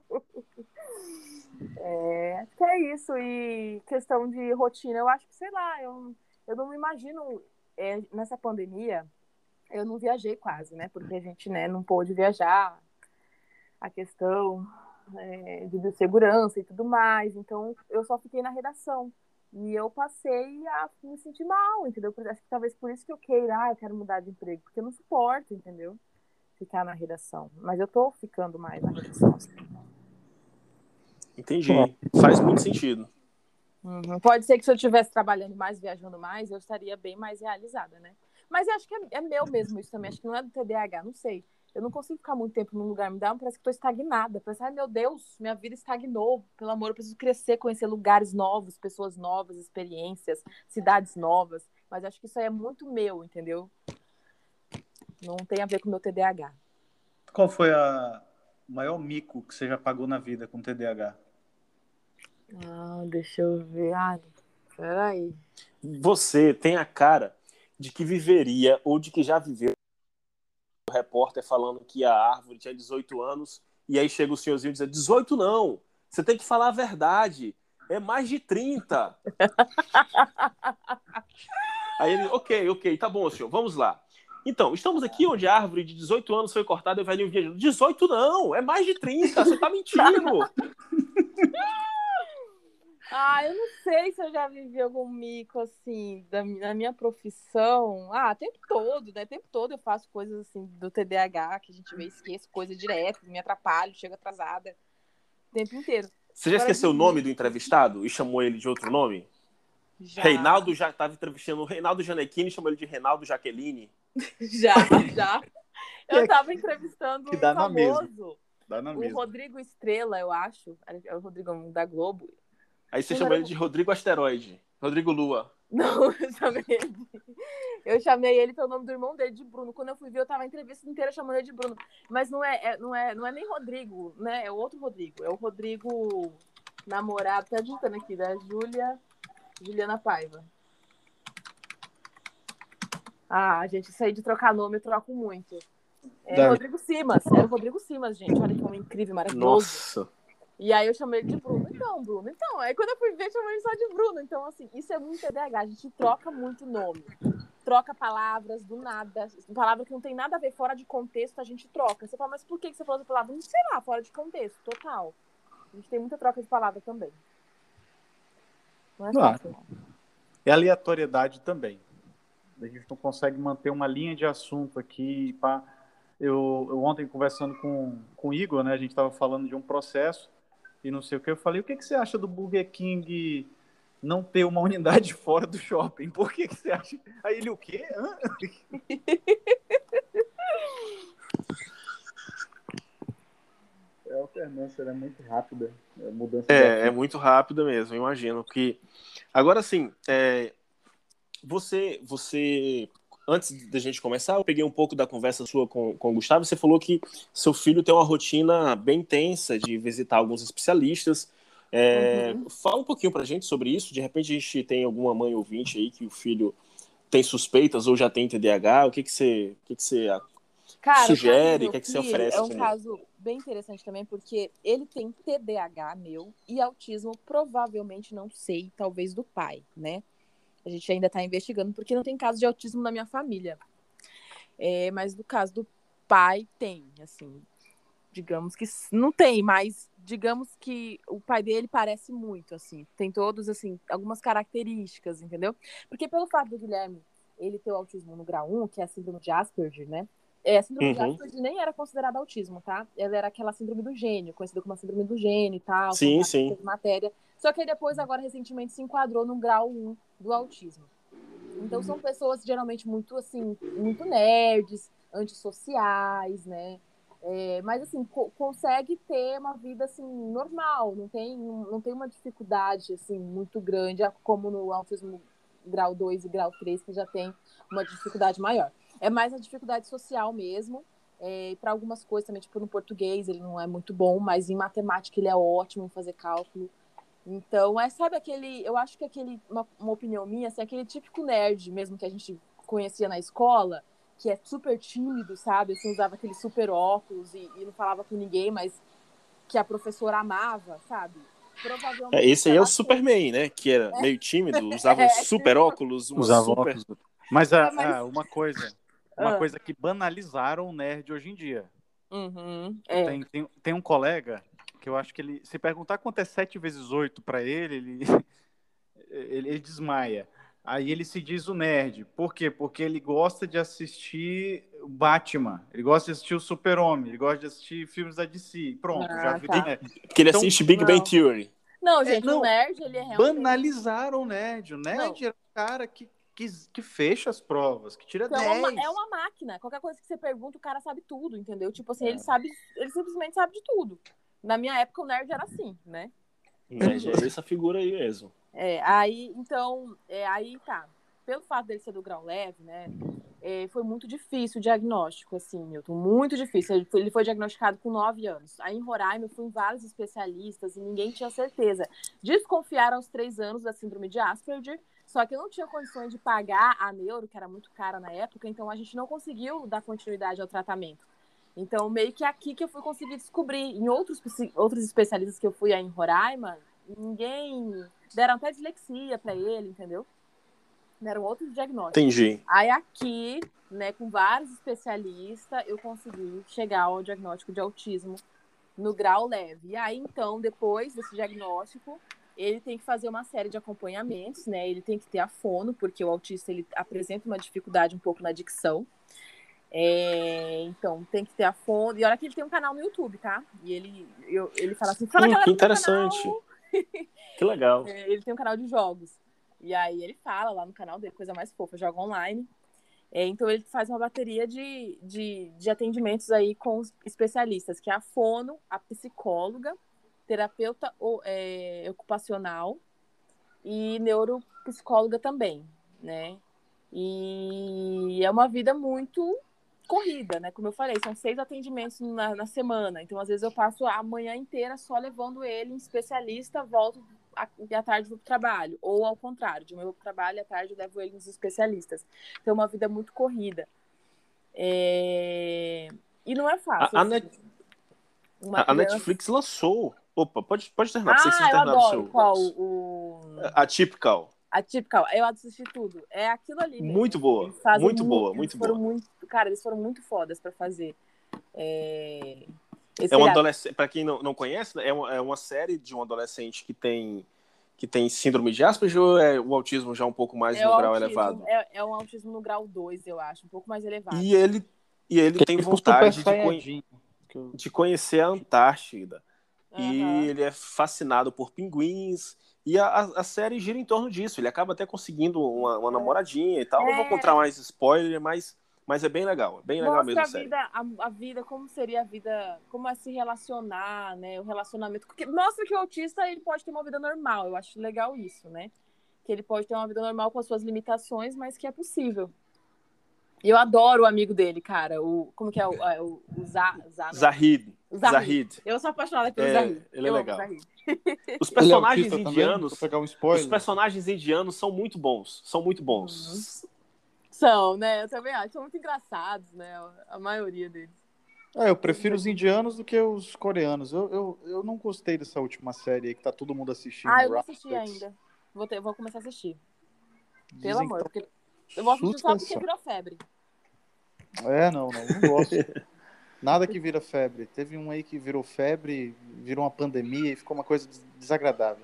Acho que é isso. E questão de rotina, eu acho que, sei lá, eu não me imagino nessa pandemia. Eu não viajei quase, né? Porque a gente, né, não pôde viajar, a questão de segurança e tudo mais. Então, eu só fiquei na redação. E eu passei a me sentir mal, entendeu? Acho que talvez por isso que eu quero mudar de emprego. Porque eu não suporto, entendeu? Ficar na redação. Mas eu tô ficando mais na redação. Assim. Entendi. Faz muito sentido. Pode ser que se eu estivesse trabalhando mais, viajando mais, eu estaria bem mais realizada, né? Mas eu acho que é meu mesmo isso também. Acho que não é do TDAH, não sei. Eu não consigo ficar muito tempo num lugar, parece que estou estagnada. Parece, ai meu Deus, minha vida estagnou. Pelo amor, eu preciso crescer, conhecer lugares novos, pessoas novas, experiências, cidades novas. Mas acho que isso aí é muito meu, entendeu? Não tem a ver com o meu TDAH. Qual foi o maior mico que você já pagou na vida com TDAH? Deixa eu ver. Peraí. Você tem a cara de que viveria ou de que já viveu o repórter falando que a árvore tinha 18 anos e aí chega o senhorzinho e diz, 18 não, você tem que falar a verdade, é mais de 30. Aí ele, ok, tá bom, senhor, vamos lá. Então, estamos aqui onde a árvore de 18 anos foi cortada e o velhinho vinha 18 não, é mais de 30, você tá mentindo. Eu não sei se eu já vivi algum mico, assim, na minha profissão. O tempo todo, né? O tempo todo eu faço coisas, assim, do TDAH, que a gente vê, esqueço coisa direto, me atrapalho, chego atrasada, o tempo inteiro. Você já esqueceu o nome do entrevistado e chamou ele de outro nome? Já. Reinaldo já estava entrevistando o Reinaldo Gianecchini e chamou ele de Reinaldo Jaqueline. Já. Eu tava entrevistando que dá um famoso, o Rodrigo Estrela, eu acho. É o Rodrigo da Globo. Aí você chamou ele de Rodrigo Asteroide. Rodrigo Lua. Não, eu chamei ele pelo nome do irmão dele, de Bruno. Quando eu fui ver, eu tava a entrevista inteira chamando ele de Bruno. Mas não é nem Rodrigo, né? É o outro Rodrigo. É o Rodrigo namorado, tá digitando aqui, da Juliana Paiva. Gente, isso aí de trocar nome eu troco muito. Rodrigo Simas. Era o Rodrigo Simas, gente. Olha que homem incrível, maravilhoso. Nossa. E aí eu chamei ele de Bruno. Então. Aí quando eu fui ver, chamei ele só de Bruno. Então, assim, isso é muito TDAH. A gente troca muito nome. Troca palavras do nada. Palavra que não tem nada a ver, fora de contexto, a gente troca. Você fala, mas por que você falou essa palavra? Não sei lá, fora de contexto, total. A gente tem muita troca de palavra também. Não é fácil, não. E aleatoriedade também. A gente não consegue manter uma linha de assunto aqui. Eu ontem, conversando com o Igor, né, a gente estava falando de um processo e não sei o que. Eu falei, o que você acha do Burger King não ter uma unidade fora do shopping? Por que você acha? Aí ele, o quê? A alternância é muito rápida. A mudança é muito rápida mesmo, eu imagino. Agora, sim, você, antes da gente começar, eu peguei um pouco da conversa sua com o Gustavo. Você falou que seu filho tem uma rotina bem intensa de visitar alguns especialistas. Fala um pouquinho pra gente sobre isso. De repente a gente tem alguma mãe ouvinte aí que o filho tem suspeitas ou já tem TDAH. O que você sugere? O que você oferece? É um caso bem interessante também, porque ele tem TDAH meu e autismo, provavelmente, não sei, talvez do pai, né? A gente ainda está investigando, porque não tem caso de autismo na minha família. Mas no caso do pai, tem, assim. Digamos que não tem, mas digamos que o pai dele parece muito, assim. Tem todos, assim, algumas características, entendeu? Porque pelo fato do Guilherme, ele ter o autismo no grau 1, que é a síndrome de Asperger, né? A síndrome de Asperger nem era considerada autismo, tá? Ela era aquela síndrome do gênio, conhecida como a síndrome do gênio e tal. Sim. De matéria. Só que aí depois, agora, recentemente, se enquadrou no grau 1 do autismo. Então, são pessoas geralmente muito, assim, muito nerds, antissociais, né? Mas, assim, consegue ter uma vida, assim, normal. Não tem uma dificuldade, assim, muito grande, como no autismo grau 2 e grau 3, que já tem uma dificuldade maior. É mais a dificuldade social mesmo. Para algumas coisas também, tipo no português ele não é muito bom, mas em matemática ele é ótimo em fazer cálculo. Então, sabe aquele, eu acho que uma opinião minha, assim, aquele típico nerd mesmo que a gente conhecia na escola, que é super tímido, sabe? Assim, usava aquele super óculos e não falava com ninguém, mas que a professora amava, sabe? Provavelmente. Esse aí é o Superman, né? Que era meio tímido, usava super óculos, óculos. Mas uma coisa que banalizaram o nerd hoje em dia. Tem um colega que eu acho que ele, se perguntar quanto é 7 vezes 8 para ele desmaia. Aí ele se diz o nerd. Por quê? Porque ele gosta de assistir o Batman, ele gosta de assistir o Super-Homem, ele gosta de assistir filmes da DC. Pronto, já vi. Tá. Porque ele Então, assiste Big Bang Theory. Não, gente, não, o nerd, ele é realmente... Banalizaram o nerd. O nerd é o cara que fecha as provas, que tira Então, 10. é uma máquina. Qualquer coisa que você pergunta, o cara sabe tudo, entendeu? Tipo assim, ele simplesmente sabe de tudo. Na minha época, o nerd era assim, né? É essa figura aí mesmo. Aí tá. Pelo fato dele ser do grau leve, né? Foi muito difícil o diagnóstico, assim, Milton. Muito difícil. Ele foi diagnosticado com 9 anos. Aí em Roraima, eu fui em vários especialistas e ninguém tinha certeza. Desconfiaram aos 3 anos da síndrome de Asperger, só que eu não tinha condições de pagar a neuro, que era muito cara na época, então a gente não conseguiu dar continuidade ao tratamento. Então, meio que aqui que eu fui conseguir descobrir. Em outros especialistas que eu fui aí em Roraima, ninguém... Deram até dislexia para ele, entendeu? Deram outros diagnósticos. Entendi. Aí aqui, né, com vários especialistas, eu consegui chegar ao diagnóstico de autismo no grau leve. E aí, então, depois desse diagnóstico, ele tem que fazer uma série de acompanhamentos, né? Ele tem que ter a fono, porque o autista ele apresenta uma dificuldade um pouco na dicção. Então, tem que ter a fono. E olha que ele tem um canal no YouTube, tá? E ele fala assim, fala galera, que interessante. Que legal. Ele tem um canal de jogos. E aí ele fala lá no canal dele, coisa mais fofa, joga online. Então ele faz uma bateria de atendimentos aí com os especialistas, que é a fono, a psicóloga, terapeuta ocupacional e neuropsicóloga também, né? E é uma vida muito corrida, né? Como eu falei, são 6 atendimentos na semana. Então, às vezes, eu passo a manhã inteira só levando ele em especialista, volto à tarde vou pro trabalho. Ou ao contrário, de manhã eu vou pro trabalho e à tarde eu levo ele nos especialistas. Então, é uma vida muito corrida. E não é fácil. A Netflix lançou... Opa, pode terminar. Eu adoro. Qual? Atypical. Atypical. Eu assisti tudo. É aquilo ali mesmo. Muito boa. Muito boa. Cara, eles foram muito fodas pra fazer. Um adolescente, para quem não conhece, é uma série de um adolescente que tem síndrome de Asperger, ou é o autismo já um pouco mais no grau elevado? É um autismo no grau 2, eu acho, um pouco mais elevado. E ele tem vontade de conhecer a Antártida. E ele é fascinado por pinguins. E a série gira em torno disso. Ele acaba até conseguindo uma namoradinha e tal. Não vou contar mais spoiler, mas é bem legal. Bem legal mesmo a série. A vida, como seria a vida, como é se relacionar, né? O relacionamento. Porque mostra que o autista ele pode ter uma vida normal. Eu acho legal isso, né? Que ele pode ter uma vida normal com as suas limitações, mas que é possível. E eu adoro o amigo dele, cara. Como que é o Zahid. Eu sou apaixonada pelo Zahid. Ele é legal. Os personagens indianos. Vou pegar um spoiler. Os personagens indianos são muito bons. São muito bons. São, né? Eu também acho. São muito engraçados, né? A maioria deles. Eu prefiro os indianos do que os coreanos. Eu não gostei dessa última série aí que tá todo mundo assistindo. Eu não assisti ainda. Vou começar a assistir. Pelo amor. Porque eu vou assistir só porque virou febre. Não gosto. Nada que vira febre. Teve um aí que virou febre, virou uma pandemia e ficou uma coisa desagradável.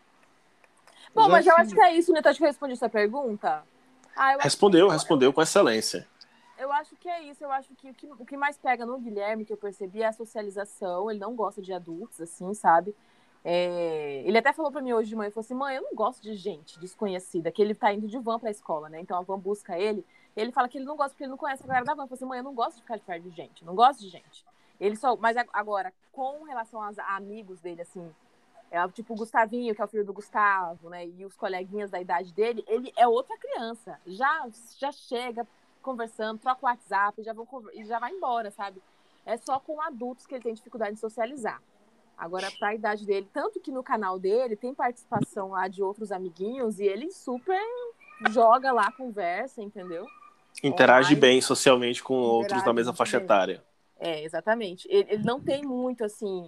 Bom, mas eu acho que é isso, né? Acho que eu respondi essa pergunta. Respondeu com excelência. Eu acho que é isso. Eu acho que o que mais pega no Guilherme, que eu percebi, é a socialização. Ele não gosta de adultos, assim, sabe? Ele até falou pra mim hoje de manhã, ele falou assim, mãe, eu não gosto de gente desconhecida, que ele tá indo de van pra escola, né? Então a van busca ele, e ele fala que ele não gosta porque ele não conhece a galera da van. Eu falei assim, mãe, eu não gosto de ficar de perto de gente, eu não gosto de gente. Mas agora, com relação aos amigos dele, assim, tipo o Gustavinho, que é o filho do Gustavo, né? E os coleguinhas da idade dele, ele é outra criança. Já chega conversando, troca o WhatsApp, e já vai embora, sabe? É só com adultos que ele tem dificuldade de socializar. Agora, pra idade dele, tanto que no canal dele tem participação lá de outros amiguinhos e ele super joga lá, conversa, conversa, Interage bem socialmente com outros da mesma faixa etária. Exatamente. Ele não tem muito, assim...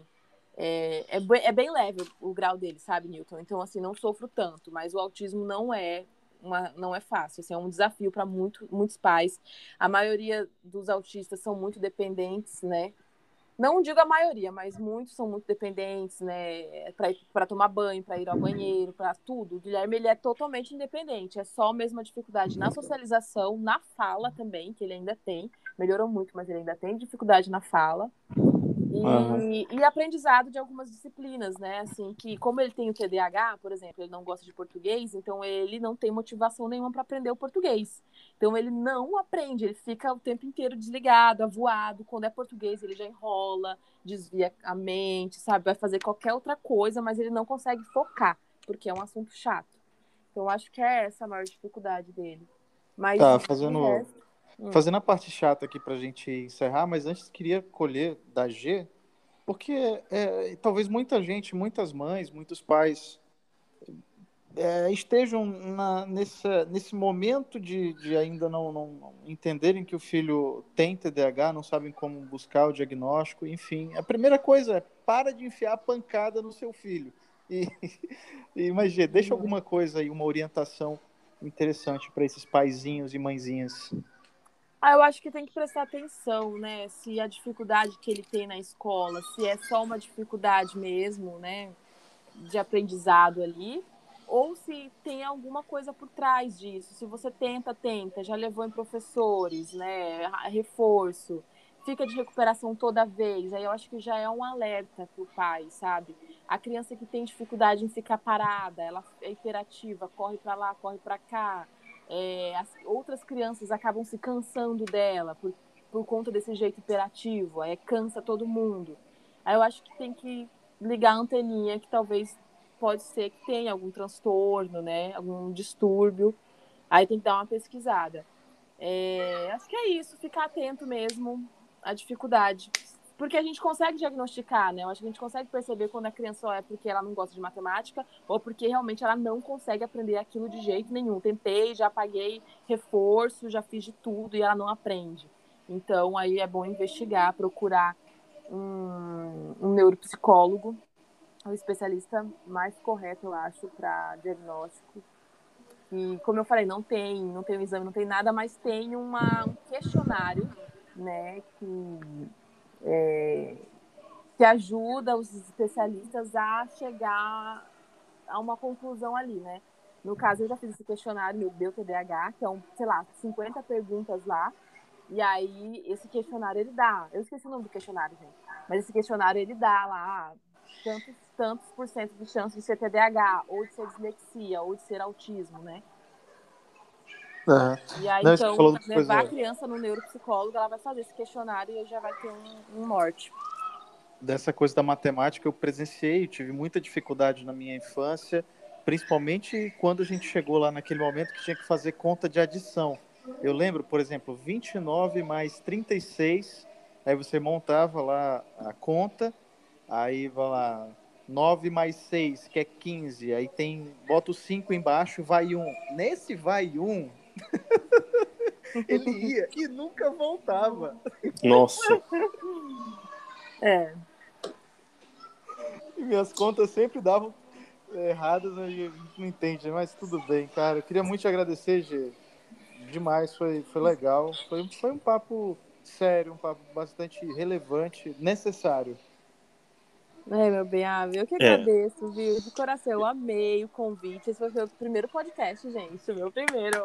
É bem leve o grau dele, sabe, Newton? Então, assim, não sofro tanto. Mas o autismo não é fácil. Assim, é um desafio para muitos pais. A maioria dos autistas são muito dependentes, né? Não digo a maioria, mas muitos são muito dependentes, né? Para tomar banho, para ir ao banheiro, para tudo. O Guilherme, ele é totalmente independente. É só a mesma dificuldade na socialização, na fala também, que ele ainda tem. melhorou muito, mas ele ainda tem dificuldade na fala. E aprendizado de algumas disciplinas, né? Assim, que como ele tem o TDAH, por exemplo, ele não gosta de português, então ele não tem motivação nenhuma para aprender o português. Então ele não aprende, ele fica o tempo inteiro desligado, avoado. Quando é português, ele já enrola, desvia a mente, sabe? Vai fazer qualquer outra coisa, mas ele não consegue focar, porque é um assunto chato. Então eu acho que é essa a maior dificuldade dele. Mas Tá, de resto... fazendo a parte chata aqui pra gente encerrar, mas antes queria colher da G, porque talvez muita gente, muitas mães, muitos pais estejam nesse momento de ainda não entenderem que o filho tem TDAH, não sabem como buscar o diagnóstico, enfim. A primeira coisa é para de enfiar a pancada no seu filho. Mas, Gê, deixa alguma coisa aí, uma orientação interessante para esses paizinhos e mãezinhas. Eu acho que tem que prestar atenção, né? Se a dificuldade que ele tem na escola, se é só uma dificuldade mesmo, né? De aprendizado ali, ou se tem alguma coisa por trás disso. Se você tenta, já levou em professores, né? Reforço, fica de recuperação toda vez. Aí eu acho que já é um alerta para o pai, sabe? A criança que tem dificuldade em ficar parada, ela é hiperativa, corre para lá, corre para cá. As outras crianças acabam se cansando dela por conta desse jeito hiperativo, aí cansa todo mundo. Aí eu acho que tem que ligar a anteninha, que talvez pode ser que tenha algum transtorno, né, algum distúrbio, aí tem que dar uma pesquisada. Acho que é isso, ficar atento mesmo à dificuldade. Porque a gente consegue diagnosticar, né? Eu acho que a gente consegue perceber quando a criança só é porque ela não gosta de matemática ou porque realmente ela não consegue aprender aquilo de jeito nenhum. Tentei, já paguei reforço, já fiz de tudo e ela não aprende. Então, aí é bom investigar, procurar um neuropsicólogo, o especialista mais correto, eu acho, para diagnóstico. E, como eu falei, não tem um exame, não tem nada, mas tem um questionário, né, que ajuda os especialistas a chegar a uma conclusão ali, né? No caso, eu já fiz esse questionário, meu TDAH, que é sei lá, 50 perguntas lá, e aí esse questionário ele dá, eu esqueci o nome do questionário, gente, mas esse questionário ele dá lá tantos por cento de chance de ser TDAH, ou de ser dislexia, ou de ser autismo, né? E aí, Não, então, levar a criança no neuropsicólogo, ela vai fazer esse questionário e aí já vai ter um norte. Dessa coisa da matemática, eu presenciei, tive muita dificuldade na minha infância, principalmente quando a gente chegou lá naquele momento que tinha que fazer conta de adição. Eu lembro, por exemplo, 29 mais 36, aí você montava lá a conta, aí vai lá, 9 mais 6, que é 15, aí bota o 5 embaixo, vai 1. Nesse vai 1, ele ia e nunca voltava. Nossa. E minhas contas sempre davam erradas, a gente não entende, mas tudo bem, cara. Eu queria muito te agradecer, Gê. Demais, foi legal. Foi um papo sério, um papo bastante relevante, necessário. Meu bem, eu que agradeço, viu? De coração, eu amei o convite. Esse foi o meu primeiro podcast, gente. O meu primeiro.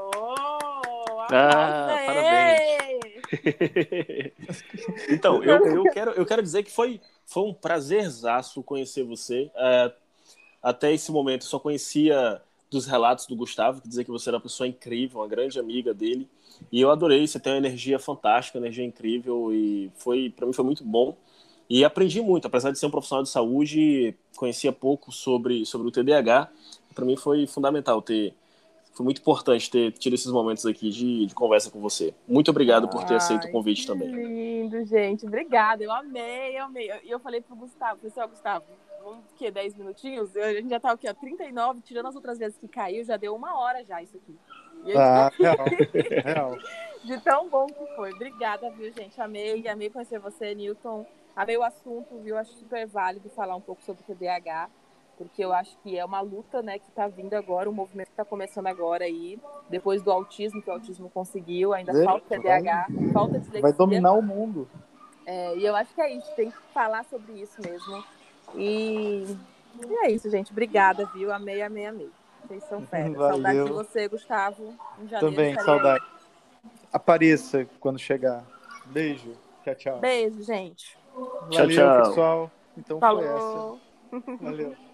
Parabéns. Então, eu quero dizer que foi um prazerzaço conhecer você. Até esse momento, eu só conhecia dos relatos do Gustavo, que dizia que você era uma pessoa incrível, uma grande amiga dele. E eu adorei, você tem uma energia fantástica, uma energia incrível, e para mim foi muito bom. E aprendi muito, apesar de ser um profissional de saúde, conhecia pouco sobre o TDAH. Para mim foi fundamental foi muito importante ter tido esses momentos aqui de conversa com você. Muito obrigado por ter aceito o convite também. Que lindo, gente. Obrigada, eu amei. E eu falei pro Gustavo, Gustavo, vamos 10 minutinhos? A gente já tá 39, tirando as outras vezes que caiu, já deu 1 hora já isso aqui. Real. De tão bom que foi. Obrigada, viu, gente? Amei conhecer você, Newton. Amei o assunto, viu? Acho super válido falar um pouco sobre o TDAH, porque eu acho que é uma luta, né, que está vindo agora, um movimento que está começando agora aí, depois do autismo, que o autismo conseguiu, ainda falta TDAH, falta dislexia. Vai dominar o mundo. E eu acho que é isso, tem que falar sobre isso mesmo. E é isso, gente. Obrigada, viu? Amei. Vocês são fera. Saudade de você, Gustavo. Em janeiro também, saudade. Apareça quando chegar. Beijo. Tchau, tchau. Beijo, gente. Tchau, Valeu, tchau. pessoal. Então foi Falou. essa. Valeu.